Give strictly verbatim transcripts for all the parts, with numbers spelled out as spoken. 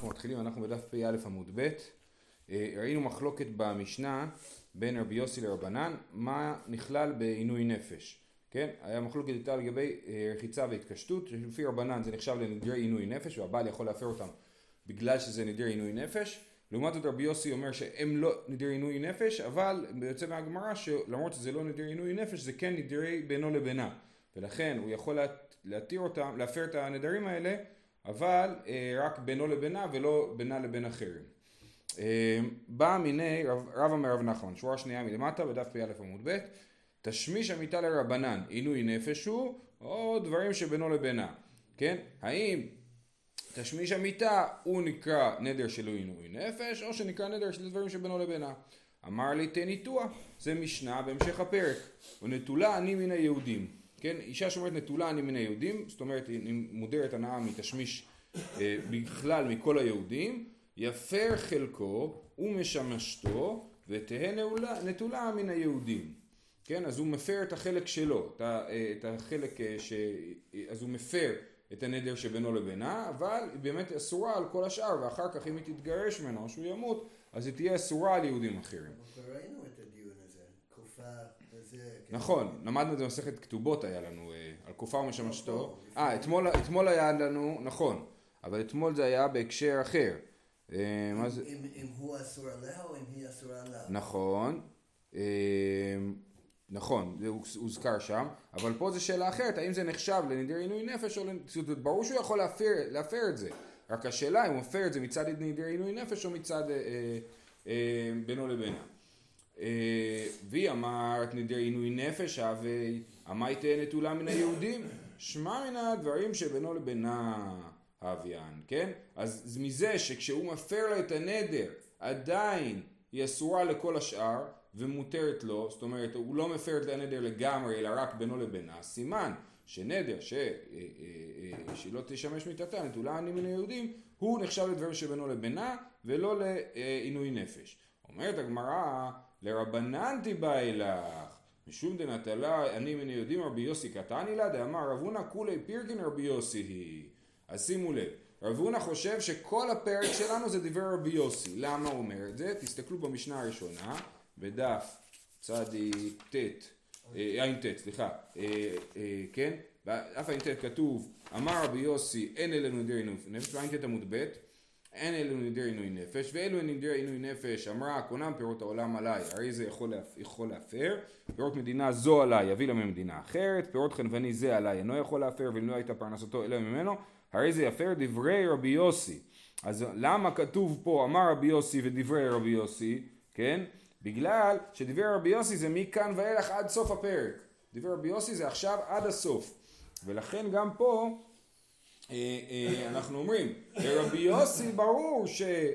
אנחנו מתחילים, אנחנו בדף פ"א עמוד ב'. ראינו מחלוקת במשנה בין רבי יוסי לרבנן, מה נכלל בעינוי נפש. כן? היה מחלוקת איתה לגבי רחיצה והתקשטות, שלפי רבנן זה נחשב לנדרי עינוי נפש, והבעל יכול להפר אותם בגלל שזה נדרי עינוי נפש. לעומת זאת רבי יוסי אומר שהם לא נדרי עינוי נפש, אבל יוצא מהגמרא שלמרות שזה לא נדרי עינוי נפש, זה כן נדרי בינו לבינה. ולכן הוא יכול להתיר אותם, להפר את הנדרים האלה, אבל אה, רק בינו לבינה ולא בינה לבין אחרים. אה, בא מיני רב, רב אמר רב נחמן, שורה שנייה מלמטה בדף פ"א עמוד ב', תשמיש המיטה לרבנן, עינוי נפש הוא, או דברים שבינו לבינה. כן? האם תשמיש המיטה הוא נקרא נדר שלו עינוי נפש, או שנקרא נדר של דברים שבינו לבינה? אמר לי תניתוע, זה משנה בהמשך הפרק, ונטולה אני מן היהודים. כן, אישה שאומרת נטולה אני מן היהודים, זאת אומרת היא מודרת הנאה מתשמיש אה, בכלל מכל היהודים, יפר חלקו ומשמשתו ותהא נטולה, נטולה מן היהודים. כן, אז הוא מפר את החלק שלו, את, ה, את החלק ש... אז הוא מפר את הנדר שבינו לבינה, אבל היא באמת אסורה על כל השאר, ואחר כך אם היא תתגרש ממנו, שהוא ימות, אז היא תהיה אסורה על יהודים אחרים. ראינו את הדיון הזה, קופה וזה... נכון, למדנו את זה במסכת כתובות היה לנו, על קופה ומשמשתו. אה, אתמול, אתמול היה לנו, נכון, אבל אתמול זה היה בהקשר אחר. אם, אם הוא אסור עליה או אם היא אסורה עליו. נכון, נכון, זה הוזכר שם, אבל פה זה שאלה אחרת, האם זה נחשב לנדר עינוי נפש או לנדר, ברור שהוא יכול להפר, להפר את זה, רק השאלה אם הוא מפר את זה מצד נדר עינוי נפש או מצד אה, אה, בינו לבינה. אה, והיא אמרת נדר עינוי נפש, והמי תהיה נטולה מן היהודים, שמע מן הדברים שבינו לבינה הוויין, כן? אז מזה שכשהוא מפר לה את הנדר, עדיין היא אסורה לכל השאר, ומותרת לו, זאת אומרת הוא לא מפר את הנדר לגמרי אלא רק בינו לבינה, סימן שנדר ש... שלא תשמש מיתתה נטולה אני מן היהודים, הוא נחשב לדברים שבינו לבינה ולא לעינוי נפש. אומרת הגמרא, לרבנן תיבא אלך, משום דנטלה אני מן היהודים רבי יוסי קטני לה, דאמר רב הונא כולי פירקין רבי יוסי היא. אז שימו לב, רב הונא חושב שכל הפרק שלנו זה דברי רבי יוסי. למה הוא אומר את זה? תסתכלו במשנה הראשונה בדף צדי תת, עין תת, סליחה, כן? באף עין תת כתוב, אמר רבי יוסי, אין אלינו נדר עינוי נפש, ועין תת עמוד ב', אין אלינו נדר עינוי נפש, ואלו נדר עינוי נפש, אמרה, קונם פירות העולם עליי, הרי זה יכול, יכול להפר, פירות מדינה זו עליי, יביא לה ממדינה אחרת, פירות חנווני זה עליי, אינו יכול להפר, ולא הייתה פרנסתו אלא ממנו, הרי זה יפר דברי רבי יוסי. אז למה כתוב פה, אמר רבי יוסי ודברי רבי יוסי, כן? בגלל שדברי רבי יוסי זה מכאן ואילך עד סוף הפרק. דברי רבי יוסי זה עכשיו עד הסוף. ולכן גם פה אה, אה, אנחנו אומרים, לרבי יוסי ברור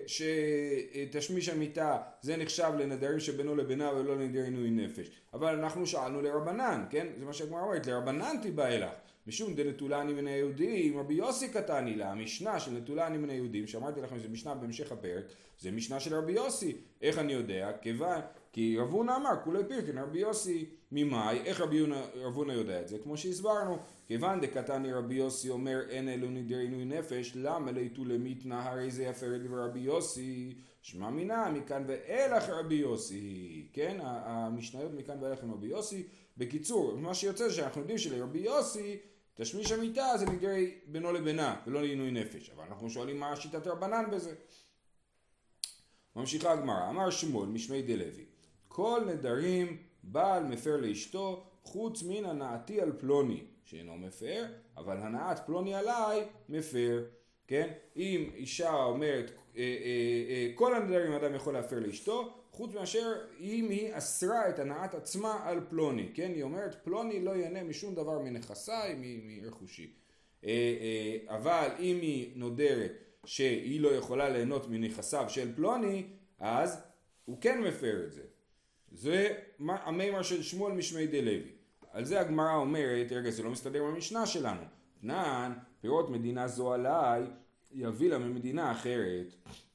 שתשמיש המיטה זה נחשב לנדרים שבינו לבינה ולא לנדר עינוי נפש. אבל אנחנו שאלנו לרבנן, כן? זה מה שהגמרא אומרת, לרבנן תיבא אלך. משום דנטולה אני מן היהודים, רבי יוסי קטני לה, המשנה של נטולה אני מן היהודים, שאמרתי לכם שזה משנה בהמשך הפרק, זה משנה של רבי יוסי. איך אני יודע? כיוון, כי רב הונא אמר, כולי פירקין, רבי יוסי ממאי, איך רבי הונא יודע את זה? כמו שהסברנו, כיוון דקטני רבי יוסי אומר, אין אלו נדר עינוי נפש, למה ליתו למיתנה, הרי זה יפר את דבר רבי יוסי, שמע מינה, מכאן ואילך רבי יוסי, כן? המשניות מכאן ואילך עם רבי יוסי. בקיצור, מה שיוצא זה שאנחנו יודעים שלרבי יוסי, תשמיש המיטה זה נדרי בינו לבינה ולא לעינוי נפש, אבל אנחנו שואלים מה שיטת רבנן בזה. ממשיכה הגמרא, אמר שמואל משמי דלוי, כל נדרים בעל מפר לאשתו חוץ מן הנעתי על פלוני שאינו מפר, אבל הנעת פלוני עליי מפר. כן? אם אישה אומרת אה, אה, אה, כל הנדרים אדם יכול להפר לאשתו, חוץ מאשר אם היא אסרה את הנעת עצמה על פלוני, כן? היא אומרת פלוני לא ייהנה משום דבר מנכסיי, מרכושי. אבל אם היא נודרת שהיא לא יכולה ליהנות מנכסיו של פלוני, אז הוא כן מפר את זה. זה המימר של שמואל משמי דלוי. על זה הגמרא אומרת, רגע זה לא מסתדר במשנה שלנו, תנן פירות מדינה זו עליי יביא לה ממדינה אחרת.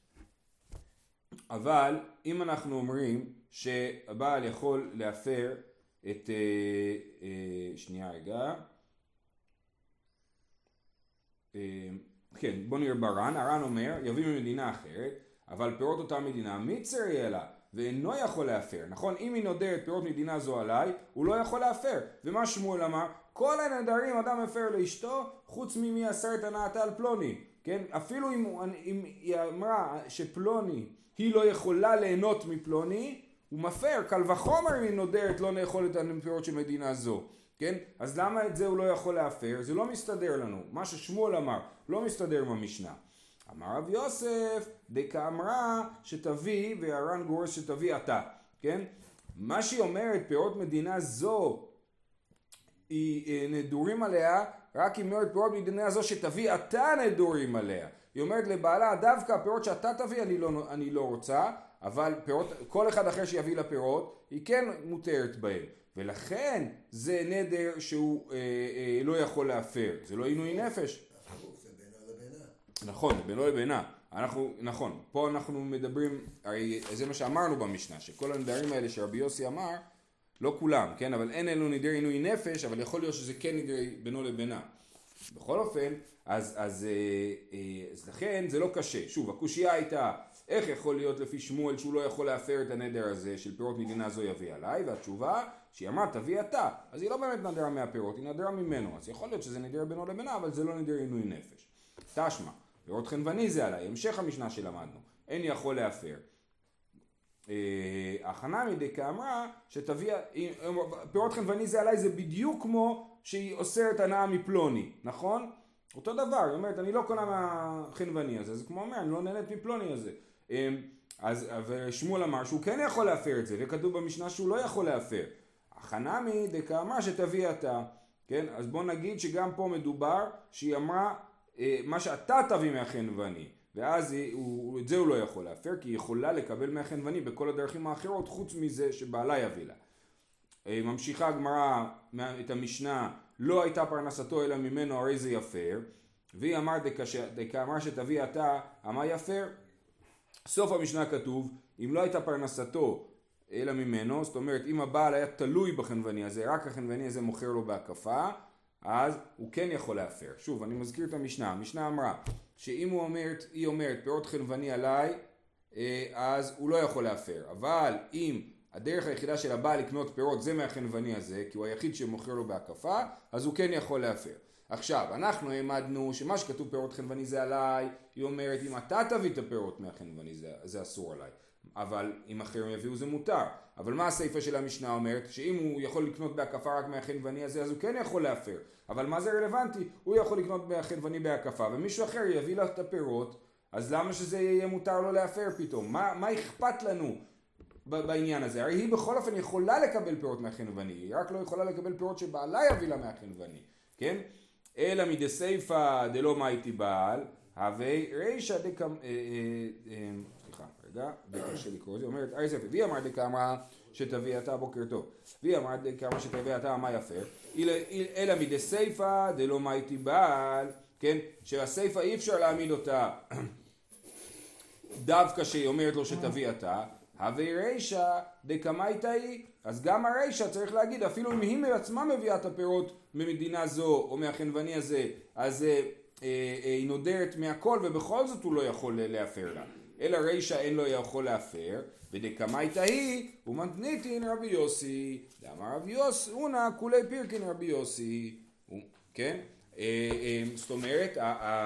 אבל אם אנחנו אומרים שהבעל יכול להפר את, אה, אה, שנייה רגע, אה, כן, בוא נראה ברן, הר"ן אומר, יביא ממדינה אחרת, אבל פירות אותה מדינה מצר יהיה לה, ואינו יכול להפר. נכון? אם היא נודרת פירות מדינה זו עליי, הוא לא יכול להפר. ומה שמואל אמר? כל הנדרים אדם הפר לאשתו, חוץ ממי אסר את הנאתה על פלוני. כן? אפילו אם, אם היא אמרה שפלוני היא לא יכולה ליהנות מפלוני, הוא מפר. קל וחומר אם היא נודרת לא נאכול את הפירות של מדינה זו. כן? אז למה את זה הוא לא יכול להפר? זה לא מסתדר לנו. מה ששמואל אמר לא מסתדר עם המשנה. אמר רב יוסף, דקה אמרה שתביא, והר"ן גורס שתביא אתה. כן? מה שהיא אומרת, פירות מדינה זו, היא נדורים עליה, רק אם אומרת פירות מדינה זו שתביא אתה נדורים עליה. היא אומרת לבעלה, דווקא הפירות שאתה תביא אני לא, אני לא רוצה, אבל פירות, כל אחד אחר שיביא לפירות, היא כן מותרת בהם. ולכן זה נדר שהוא אה, אה, לא יכול להפר, זה לא עינוי נפש. זה בינו לבינה. נכון, זה בינו לבינה. אנחנו, נכון, פה אנחנו מדברים, הרי זה מה שאמרנו במשנה, שכל הנדרים האלה שרבי יוסי אמר, לא כולם, כן, אבל אין אלו נדר עינוי נפש, אבל יכול להיות שזה כן נדר בינו לבינה. בכל אופן, אז, אז, אה, אה, אז לכן זה לא קשה. שוב, הקושייה הייתה, איך יכול להיות לפי שמואל שהוא לא יכול להפר את הנדר הזה של פירות מדינה זו יביא עליי, והתשובה שהיא אמרה תביא אתה, אז היא לא באמת נדרה מהפירות, היא נדרה ממנו, אז יכול להיות שזה נדר בינו לבינה, אבל זה לא נדר עינוי נפש. תשמע, פירות חנווני זה עליי, המשך המשנה שלמדנו, אין יכול להפר. הכנה מדקה אמרה שתביא, פירות חנווני זה עליי זה בדיוק כמו שהיא אוסרת הנאה מפלוני, נכון? אותו דבר, היא אומרת אני לא קונה מהחנווני הזה, זה כמו אומר אני לא נהנית מפלוני הזה. אז שמואל אמר שהוא כן יכול להפר את זה, וכתוב במשנה שהוא לא יכול להפר. החנמי דקה אמרה שתביא אתה, כן? אז בוא נגיד שגם פה מדובר שהיא אמרה מה שאתה תביא מהחנווני, ואז היא, הוא, את זה הוא לא יכול להפר, כי היא יכולה לקבל מהחנווני בכל הדרכים האחרות, חוץ מזה שבעלה יביא לה. ממשיכה הגמרא את המשנה, לא הייתה פרנסתו אלא ממנו, הרי זה יפר, והיא אמר דקה, דקה אמרה שתביא אתה, מה יפר? סוף המשנה כתוב, אם לא הייתה פרנסתו אלא ממנו, זאת אומרת אם הבעל היה תלוי בחנווני הזה, רק החנווני הזה מוכר לו בהקפה, אז הוא כן יכול להפר. שוב, אני מזכיר את המשנה, המשנה אמרה שאם הוא אומרת, היא אומרת פירות חנווני עליי, אז הוא לא יכול להפר, אבל אם הדרך היחידה של הבעל לקנות פירות זה מהחנווני הזה, כי הוא היחיד שמוכר לו בהקפה, אז הוא כן יכול להפר. עכשיו, אנחנו העמדנו שמה שכתוב פירות חנווני זה עליי, היא אומרת אם אתה תביא את הפירות מהחנווני זה, זה אסור עליי, אבל אם אחרים יביאו זה מותר. אבל מה הסעיפה של המשנה אומרת? שאם הוא יכול לקנות בהקפה רק מהחנווני הזה אז הוא כן יכול להפר, אבל מה זה רלוונטי? הוא יכול לקנות מהחנווני בהקפה ומישהו אחר יביא לה את הפירות, אז למה שזה יהיה מותר לו להפר פתאום? מה, מה אכפת לנו בעניין הזה? הרי היא בכל אופן יכולה לקבל פירות מהחנווני, היא רק לא יכולה לקבל פירות שבעלה יביא לה מהחנווני, כן? אלא מדסייפה דלא מאיתי בעל, הווי רישא דקם, סליחה, רגע, בקשה לקרוא, זה אומרת, ארי ספר, והיא אמר דקה אמרה שתביא אתה, בוקר טוב, והיא אמר דקה אמרה שתביא אתה, מה יפר? אלא מדסייפה דלא מאיתי בעל, כן? שהסייפה אי אפשר להעמיד אותה דווקא שהיא אומרת לו שתביא אתה, הווי רישא דקמייתא היא, אז גם הרישא צריך להגיד, אפילו אם היא בעצמה מביאה את הפירות ממדינה זו או מהחנווני הזה, אז אה, אה, היא נודרת מהכל ובכל זאת הוא לא יכול להפר לה. אלא רישא אין לו יכול להפר, ודקמייתא היא, ומתניתין רבי יוסי, דאמר רבי יוסי, אונה כולי פירקין רבי יוסי, כן? אה, אה, זאת אומרת,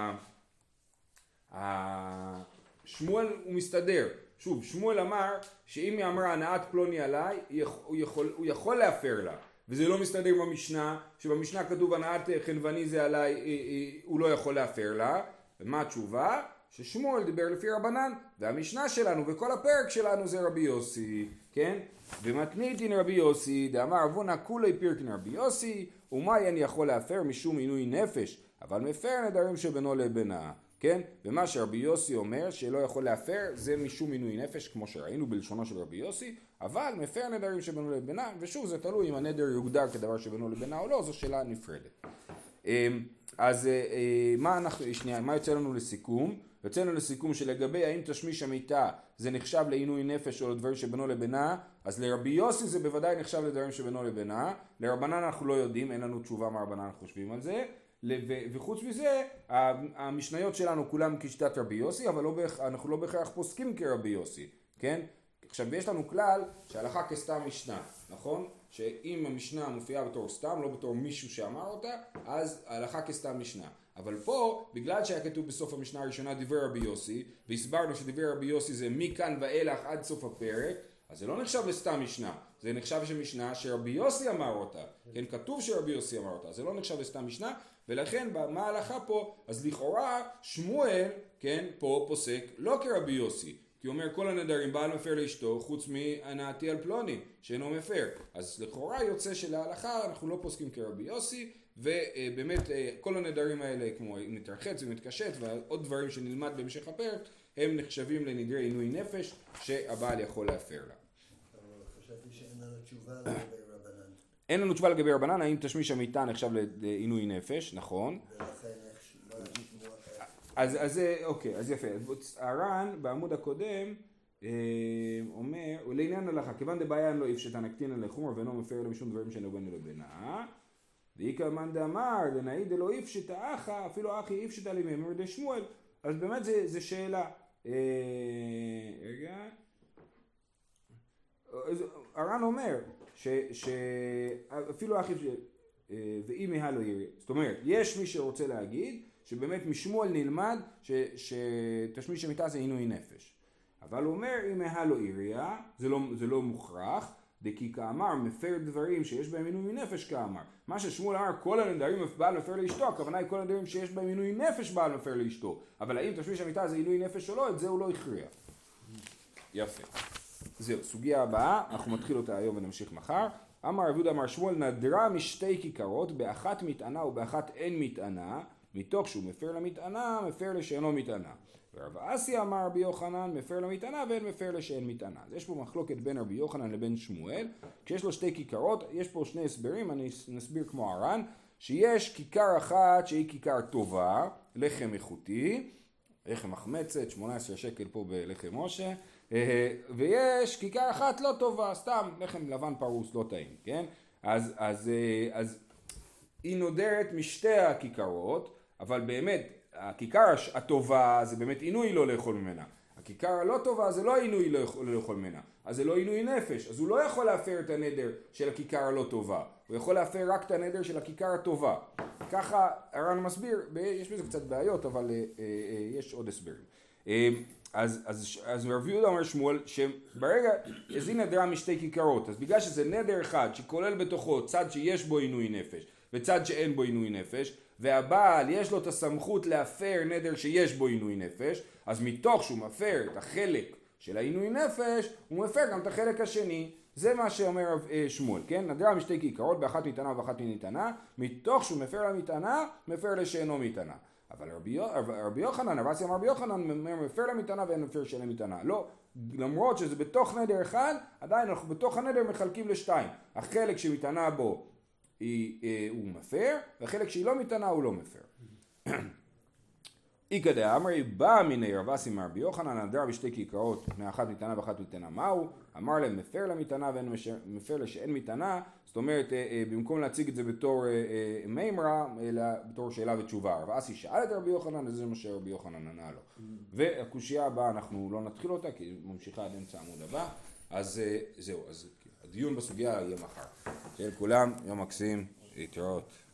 שמואל הוא מסתדר. שוב, שמואל אמר שאם היא אמרה הנעת פלוני עליי, הוא יכול, הוא יכול להפר לה. וזה לא מסתדר במשנה, שבמשנה כתוב הנעת חנווני זה עליי, הוא לא יכול להפר לה. ומה התשובה? ששמואל דיבר לפי רבנן, והמשנה שלנו וכל הפרק שלנו זה רבי יוסי, כן? ומתניתין רבי יוסי, דאמר אבונה כולי פירקין רבי יוסי, ומה אני יכול להפר משום עינוי נפש, אבל מפר נדרים שבינו לבינה. כן? ומה שרבי יוסי אומר שלא יכול להפר זה משום עינוי נפש כמו שראינו בלשונו של רבי יוסי, אבל מפר נדרים שבינו לבינה, ושוב זה תלוי אם הנדר יוגדר כדבר שבינו לבינה או לא, זו שאלה נפרדת. אז מה אנחנו, שנייה, מה יוצא לנו לסיכום? יוצא לנו לסיכום שלגבי האם תשמיש המיטה זה נחשב לעינוי נפש או לדברים שבינו לבינה, אז לרבי יוסי זה בוודאי נחשב לדברים שבינו לבינה, לרבנן אנחנו לא יודעים, אין לנו תשובה מה רבנן חושבים על זה, וחוץ מזה, המשניות שלנו כולם כשיטת רבי יוסי, אבל לא בהכ... אנחנו לא בהכרח פוסקים כרבי יוסי, כן? עכשיו, יש לנו כלל שהלכה כסתם משנה, נכון? שאם המשנה מופיעה בתור סתם, לא בתור מישהו שאמר אותה, אז ההלכה כסתם משנה. אבל פה, בגלל שהיה כתוב בסוף המשנה הראשונה דבר רבי יוסי, והסברנו שדבר רבי יוסי זה מכאן ואילך עד סוף הפרק, אז זה לא נחשב לסתם משנה, זה נחשב שמשנה שרבי יוסי אמר אותה, כן, כתוב שרבי יוסי אמר אותה, זה לא נחשב לסתם משנה, ולכן מה ההלכה פה? אז לכאורה שמואל, כן, פה פוסק לא כרבי יוסי, כי הוא אומר כל הנדרים בעל מפר לאשתו חוץ מהנעתי על פלוני שאינו מפר, אז לכאורה יוצא שלהלכה אנחנו לא פוסקים כרבי יוסי, ובאמת כל הנדרים האלה כמו מתרחץ ומתקשט ועוד דברים שנלמד בהמשך הפרק הם נחשבים לנדרי עינוי נפש שהבעל יכול להפר לה. חשבתי שאין לנו תשובה לגבי רבנן. אין לנו תשובה לגבי רבנן, האם תשמיש המיטה נחשב לעינוי נפש, נכון? ולכן איך שמוע... אז, אז אוקיי, אז יפה. הר"ן בעמוד הקודם אומר, ולעניין הלכה, כיוון דבעיין לא יפשטן הקטין לחומר ואינו מפר לה משום דברים שאינו בינו לבינה, ואיקא מאן דאמר דנאי דלא יפשטה אחא, אפילו אחי יפשטה למימר דשמואל, אז באמת זה, זה שאלה. רגע. הר"ן אומר שאפילו אחי ואם היה לו יראה, זאת אומרת, יש מי שרוצה להגיד שבאמת משמואל נלמד שתשמיש המיטה זה עינוי נפש. אבל הוא אומר אם היה לו יראה, זה לא, זה לא מוכרח, דקי כאמר מפר דברים שיש בהם עינוי נפש כאמר. מה ששמואל אמר כל הנדרים בעל מפר לאשתו, הכוונה היא כל הנדרים שיש בהם עינוי נפש בעל מפר לאשתו. אבל האם תשמיש המיטה זה עינוי נפש או לא, את זה הוא לא הכריע. יפה. זהו, סוגיה הבאה, אנחנו מתחיל אותה היום ונמשיך מחר. אמר רב יהודה אמר שמואל נדרה משתי כיכרות, באחת מטענה ובאחת אין מטענה, מתוך שהוא מפר למטענה, מפר לשאינו מטענה. ורב אסי אמר רבי יוחנן מפר למטענה ואין מפר לשאין מטענה. אז יש פה מחלוקת בין רבי יוחנן לבין שמואל, כשיש לו שתי כיכרות, יש פה שני הסברים, אני נסביר כמו הר"ן, שיש כיכר אחת שהיא כיכר טובה, לחם איכותי, לחם מחמצת, שמונה עשרה שקל פה בלחם משה, ויש כיכר אחת לא טובה, סתם לחם לבן פרוס לא טעים, כן? אז, אז, אז היא נודרת משתי הכיכרות, אבל באמת הכיכר הטובה זה באמת עינוי לא לאכול ממנה. הכיכר הלא טובה זה לא עינוי לא לאכול ממנה. אז זה לא עינוי נפש. אז הוא לא יכול להפר את הנדר של הכיכר הלא טובה. הוא יכול להפר רק את הנדר של הכיכר הטובה. ככה הר"ן מסביר, יש בזה קצת בעיות, אבל אה, אה, יש עוד הסברים. אה, אז, אז, אז רב יהודה אומר שמואל, שברגע, אז היא נדרה משתי כיכרות. אז בגלל שזה נדר אחד שכולל בתוכו צד שיש בו עינוי נפש וצד שאין בו עינוי נפש, והבעל יש לו את הסמכות להפר נדר שיש בו עינוי נפש, אז מתוך שהוא מפר את החלק של העינוי נפש, הוא מפר גם את החלק השני. זה מה שאומר שמואל, כן? נדרה משתי כיכרות, באחת מטענה ובאחת מטענה, מתוך שהוא מפר למטענה, מפר לשאינו מטענה. אבל רבי, רבי יוחנן, רבי אסי אמר רבי יוחנן, מפר למטענה ואין מפר שאינו מטענה. לא, למרות שזה בתוך נדר אחד, עדיין אנחנו בתוך הנדר מחלקים לשתיים. החלק שמטענה בו היא, אה, הוא מפר, והחלק שהיא לא מטענה הוא לא מפר. איקא דאמרי בא מיני רב אסי אמר רבי יוחנן נדרה בשתי כיכרות, מאחת מטענה ואחת מטענה מהו? אמר להם מפר למטענה ואין מפר לשאין מטענה, זאת אומרת אה, אה, במקום להציג את זה בתור אה, אה, מימרה, אלא בתור שאלה ותשובה. רב אסי שאל את רבי יוחנן, וזה מה שרבי יוחנן ענה לו. והקושייה הבאה אנחנו לא נתחיל אותה, כי היא ממשיכה עד אמצע העמוד הבא, אז אה, זהו, אז הדיון בסוגיה יהיה מחר. שיהיה לכולם יום מקסים, להתראות.